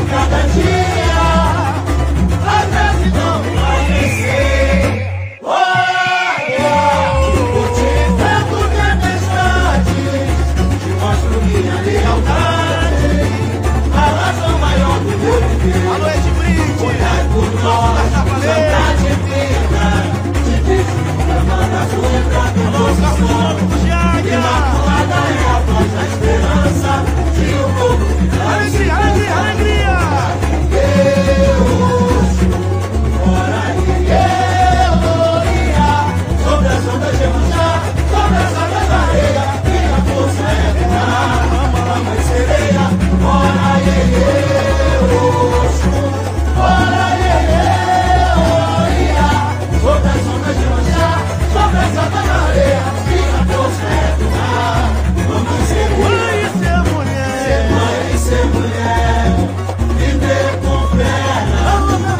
cada dia a gratidão vai crescer. Por te enfrento tempestades, te mostro minha lealdade, a razão maior do meu viver. Alô, Ed Brinde! Olhai por nós, vontade eterna, te deixo derramando a sua entrada no nosso sol. Imaculada é a voz da esperança, que o povo virá. Alegria, alegria, alegria! Deus, ora Eloia, sobre as ondas de Iemanjá, sobre as águas da areia, minha força é eterna, a mãe sereia, ora Deus, ora Eloia, sobre as ondas de Iemanjá, sobre as águas da areia, minha força é eterna, a mãe sereia, ser mãe e ser mulher, viver com fé na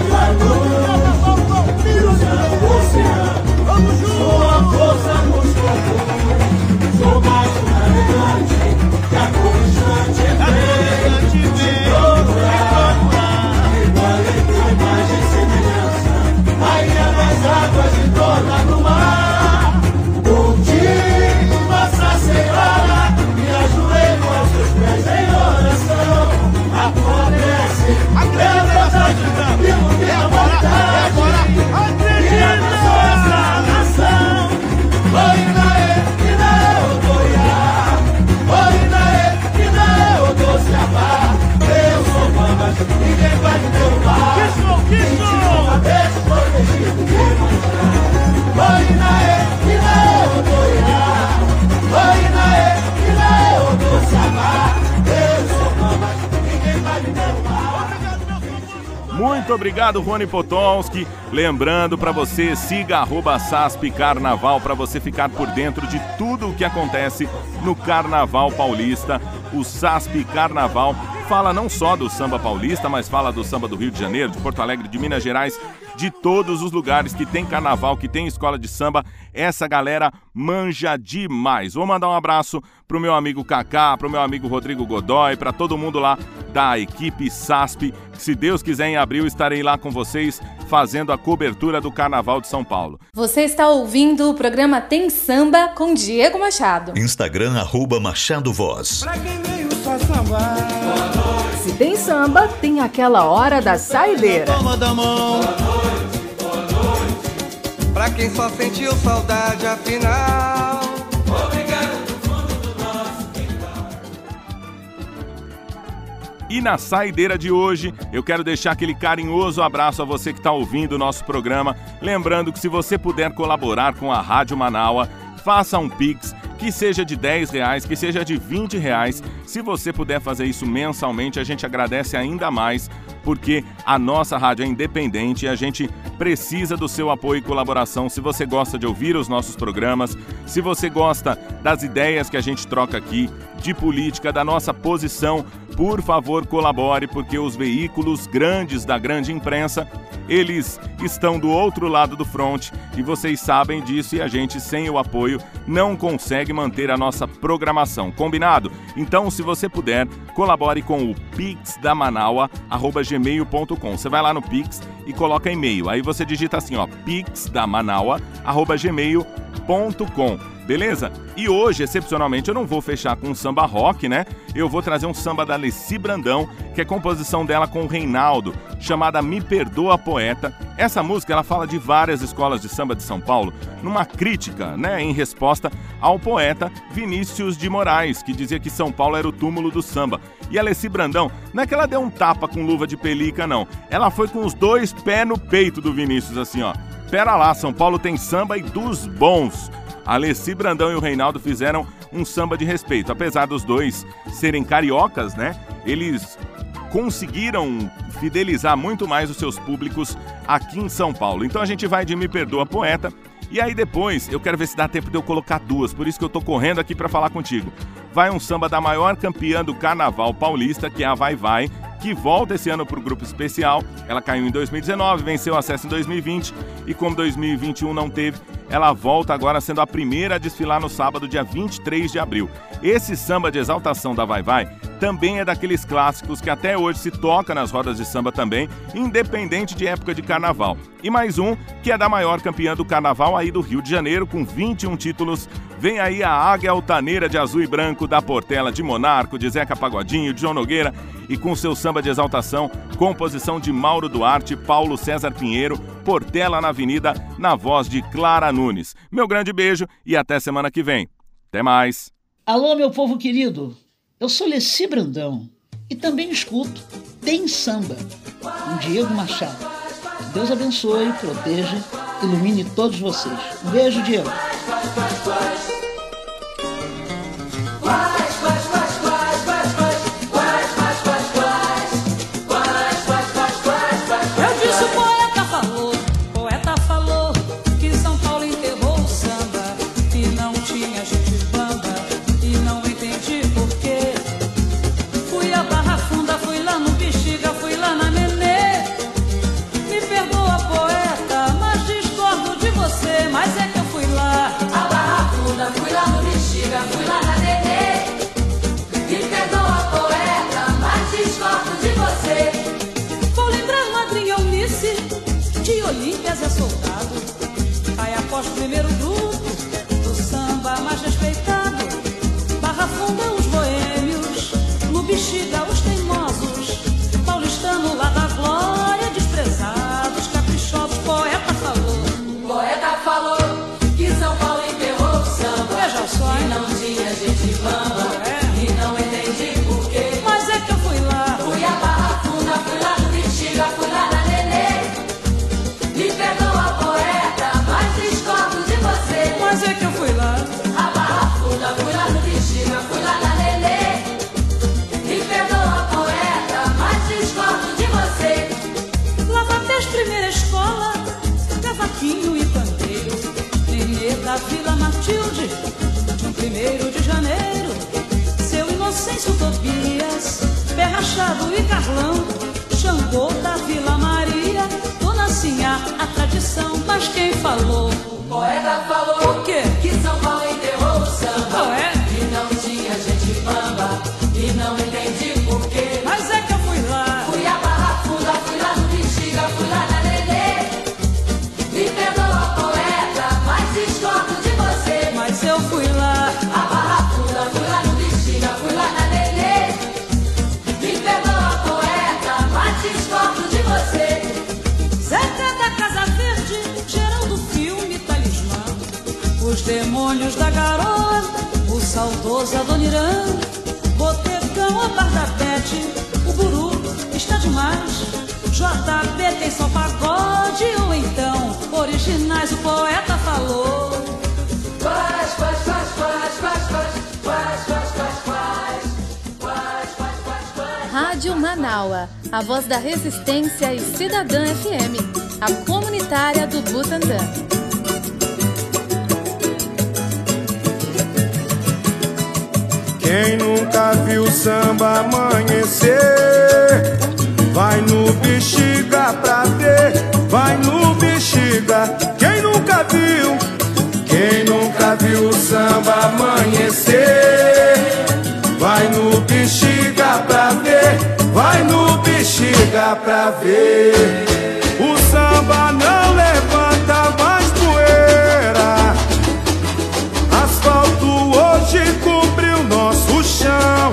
luz, cruzando o oceano, sua força nos conduz, sou mais um navegante que a constante vem te procurar, igual alegria, imagem e semelhança, rainha das águas e dona do mar, por ti, Nossa Senhora, me ajoelho aos teus pés em oração, a tua prece, a verdade, ilumina a humanidade, e abençoa essa nação. Oi, Inaê, Inaê, Odoiá, oi, Inaê, Inaê, Odociabá, eu sou Bambas, ninguém vai me derrubar, me tirou uma vez protegido de Iemanjá. Oi, Inaê, Inaê, Odoiá, oi, Inaê, Inaê, Odociabá, eu sou Bambas, ninguém vai me derrubar. Muito obrigado, Rony Potomski. Lembrando para você, siga @SASP Carnaval para você ficar por dentro de tudo o que acontece no Carnaval Paulista. O SASP Carnaval fala não só do samba paulista, mas fala do samba do Rio de Janeiro, de Porto Alegre, de Minas Gerais, de todos os lugares que tem carnaval, que tem escola de samba. Essa galera manja demais. Vou mandar um abraço pro meu amigo Kaká, pro meu amigo Rodrigo Godoy, para todo mundo lá da equipe SASP. Se Deus quiser, em abril estarei lá com vocês fazendo a cobertura do Carnaval de São Paulo. Você está ouvindo o programa Tem Samba com Diego Machado. Instagram @Machado Voz. Pra quem veio só sambar. Se tem samba, tem aquela hora da saideira. Toma da mão. Pra quem só sentiu saudade, afinal. Obrigado do fundo do nosso quintal. E na saideira de hoje, eu quero deixar aquele carinhoso abraço a você que está ouvindo o nosso programa. Lembrando que se você puder colaborar com a Rádio Manaua, faça um Pix, que seja de R$10, que seja de R$20. Se você puder fazer isso mensalmente, a gente agradece ainda mais, porque a nossa rádio é independente e a gente precisa do seu apoio e colaboração. Se você gosta de ouvir os nossos programas, se você gosta das ideias que a gente troca aqui, de política, da nossa posição, por favor, colabore, porque os veículos grandes da grande imprensa, eles estão do outro lado do fronte e vocês sabem disso, e a gente, sem o apoio, não consegue manter a nossa programação. Combinado? Então, se você puder, colabore com o Pix da Manaua, @gmail.com. Você vai lá no Pix e coloca e-mail. Aí você digita assim, ó, pixdamanaua@gmail.com. Beleza? E hoje, excepcionalmente, eu não vou fechar com um samba rock, né? Eu vou trazer um samba da Alessi Brandão, que é composição dela com o Reinaldo, chamada Me Perdoa Poeta. Essa música, ela fala de várias escolas de samba de São Paulo, numa crítica, né, em resposta ao poeta Vinícius de Moraes, que dizia que São Paulo era o túmulo do samba. E a Alessi Brandão, não é que ela deu um tapa com luva de pelica, não. Ela foi com os dois pés no peito do Vinícius, assim, ó. Pera lá, São Paulo tem samba e dos bons. A Alessi Brandão e o Reinaldo fizeram um samba de respeito. Apesar dos dois serem cariocas, né? Eles conseguiram fidelizar muito mais os seus públicos aqui em São Paulo. Então a gente vai de Me Perdoa Poeta. E aí depois, eu quero ver se dá tempo de eu colocar duas, por isso que eu tô correndo aqui pra falar contigo. Vai um samba da maior campeã do Carnaval Paulista, que é a Vai Vai, que volta esse ano para o grupo especial. Ela caiu em 2019, venceu o acesso em 2020 e como 2021 não teve, ela volta agora sendo a primeira a desfilar no sábado, dia 23 de abril. Esse samba de exaltação da Vai Vai também é daqueles clássicos que até hoje se toca nas rodas de samba também, independente de época de carnaval. E mais um que é da maior campeã do carnaval aí do Rio de Janeiro, com 21 títulos. Vem aí a Águia Altaneira de azul e branco, da Portela, de Monarco, de Zeca Pagodinho, de João Nogueira, e com seu samba de exaltação, composição de Mauro Duarte, Paulo César Pinheiro, Portela na Avenida, na voz de Clara Nunes. Meu grande beijo e até semana que vem. Até mais. Alô, meu povo querido, eu sou Leci Brandão e também escuto Tem Samba, com Diego Machado. Deus abençoe, proteja, ilumine todos vocês. Um beijo, Diego. Eu disse, o poeta falou que São Paulo enterrou o samba e não tinha gente bamba e não entendi por quê. Fui a Barra Funda, fui lá no Bexiga, fui lá na Nenê. Me perdoa, poeta, mas discordo de você, mas é que eu fui lá. A Barra Funda, fui lá no Bexiga, fui lá na Nenê. Me perdoa, poeta, mas discordo de você. Vou lembrar madrinha Eunice, de Olímpias é soldado. Caia Costa, primeiro grupo do samba mais respeitado. Barra Funda, os boêmios, no Bexiga, os teimosos. Paulistano lá da glória, desprezados, caprichosos. Poeta falou que São Paulo enterrou o samba. Veja só, e não tinha gente bamba, e não entendi por quê. Mas é que eu fui lá. Fui a Barra Funda, fui lá no Bexiga, fui lá na Nenê. Me perdoa, poeta, mas discordo de você. Mas é que eu fui lá. A Barra Funda, fui lá no Bexiga, fui lá na Nenê. Me perdoa, poeta, mas discordo de você. Lavatés, primeira escola, cavaquinho e pandeiro. Nenê da Vila Matilde, de um 1º de janeiro. Seu Inocêncio Tobias, Pé Rachado e Carlão. Xangô da Vila Maria, Dona Sinhá, a tradição. Mas quem falou? O poeta falou. O quê? Que São Paulo enterrou o samba. E não tinha gente bamba, e não entendi por quê. Mas é que eu fui lá. Fui a Barra Funda, fui lá no Bexiga, fui lá na Nenê. Me perdoa, poeta, mas discordo de você. Mas eu fui lá. A Barra Funda, fui lá no Bexiga, fui lá na Nenê. Me perdoa, poeta, mas discordo de você. Zeca da Casa Verde, Geraldo Filme, Talismã. Os Demônios da Garoa, o saudoso Adoniran. Botecão, a Bardapete, o Guru está demais. JB tem só pagode ou então originais, o poeta falou. Quais, quais, quais, quais, quais, quais, quais, quais, quais, quais, quais, quais, quais, quais. Rádio Manaua, a voz da resistência e Cidadã FM, a comunitária do Butantã. Quem nunca viu samba amanhecer, vai no Bexiga pra ver, vai no Bexiga. Quem nunca viu samba amanhecer, vai no Bexiga pra ver, vai no Bexiga pra ver. O samba não levanta mais poeira, asfalto hoje cobriu nosso chão.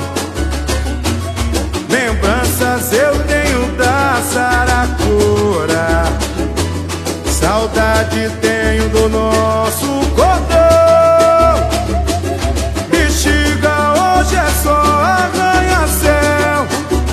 Lembranças eu tenho da Saracura, saudade tenho do nosso cordão. Bexiga hoje é só arranha-céu,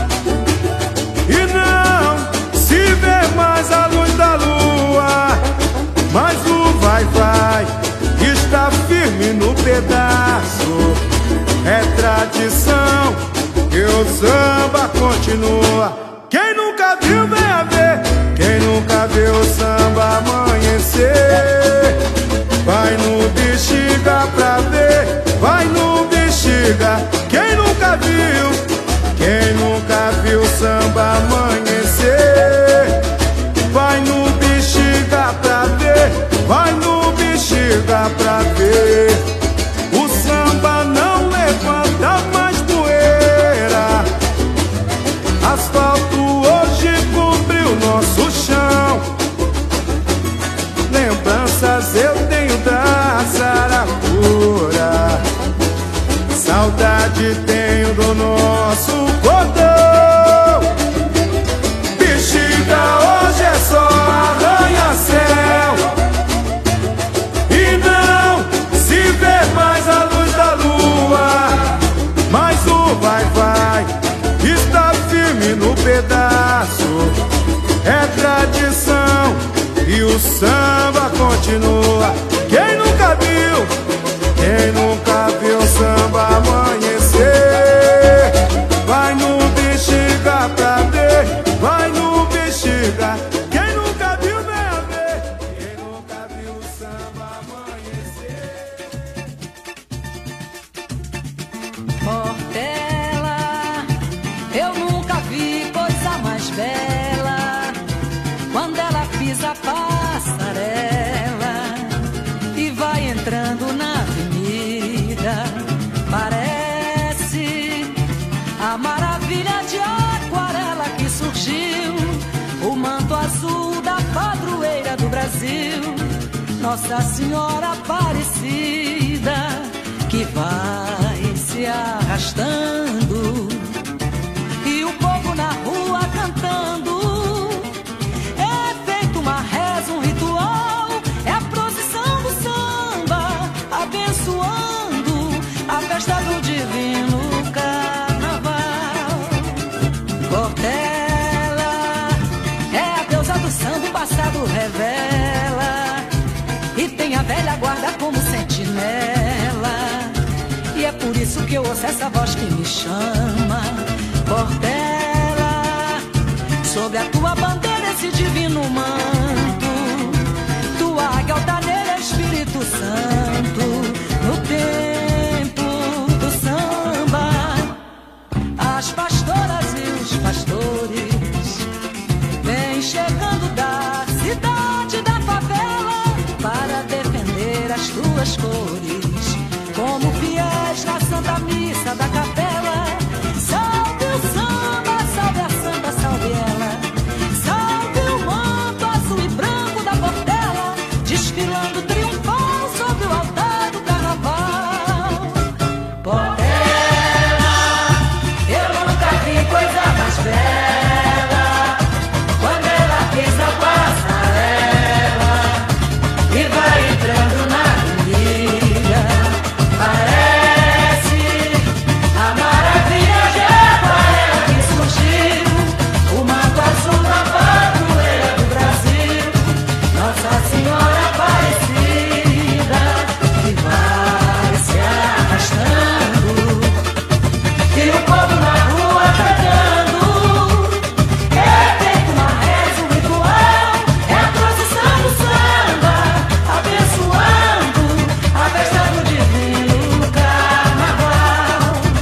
e não se vê mais a luz da lua. Mas o vai-vai está firme no pedaço, é tradição que o samba continua. Quem nunca viu, venha ver. Quem nunca viu o samba amanhecer, vai no Bexiga pra ver, vai no Bexiga. Quem nunca viu o samba saudade tenho do nosso cordão. Bexiga hoje é só arranha-céu, e não se vê mais a luz da lua. Mas o vai-vai está firme no pedaço, é tradição e o samba continua. Quem nunca viu samba amanhecer, vai no Bexiga pra ver, vai no Bexiga. Quem nunca viu, venha ver, quem nunca viu o samba amanhecer. Portela, eu nunca vi coisa mais bela, quando ela pisa a passarela e vai entrando na avenida. Parece a maravilha de aquarela que surgiu, o manto azul da padroeira do Brasil, Nossa Senhora Aparecida, que vai se arrastando e o povo na rua cantando. É feito uma reza, um ritual, é a procissão do samba abençoando a festa do divino carnaval. Portela é a deusa do samba, o passado revela, e tem a velha guarda como sentinela, e é por isso que eu ouço essa voz que me chama. Portela, sobre a tua bandeira esse divino manto, tua águia altaneira, Espírito Santo, no templo do samba. As pastoras e os pastores vêm chegando da cidade, da favela, para defender as tuas cores, como fiéis na Santa Missa da Capela. Salve o samba, salve a samba, salve ela, salve o manto azul e branco da Portela, desfilando triunfal sobre o altar do carnaval. Portela, eu nunca vi coisa mais bela, quando ela pisa a passarela e vai entrando na avenida. Parece a maravilha de aquarela que surgiu, o manto azul da padroeira do Brasil, Nossa Senhora Aparecida, que vai se arrastando e o povo na rua cantando. É feito uma reza, um ritual, é a procissão do samba abençoando a festa do divino carnaval.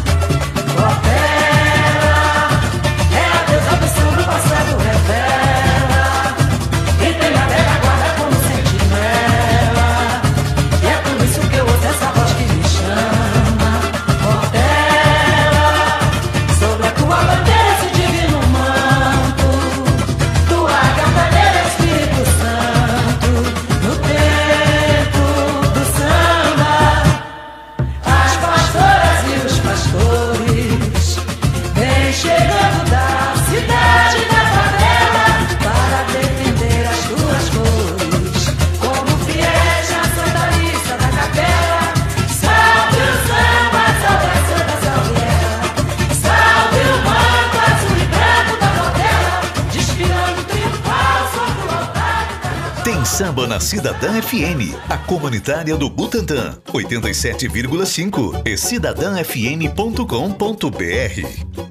Portela é a deusa do samba, o passado revela, e tem a velha guarda como sentinela, e é por isso que eu ouço essa voz que me chama. Portela, sobre a tua bandeira esse divino manto, tua águia altaneira, Espírito Santo, no templo do samba. As pastoras e os pastores vêm chegando da cidade, da favela, para defender as tuas cores, como fiéis na Santa Missa da Capela. Salve o samba, salve a santa, salve ela, salve o manto azul e branco da Portela, desfilando triunfal sobre o altar do carnaval. Tem samba na Cidadã FM, a comunitária do Butantã, 87,5 e cidadanfm.com.br.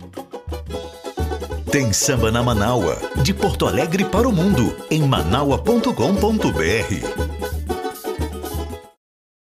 Tem samba na Manaua, de Porto Alegre para o mundo, em manaua.com.br.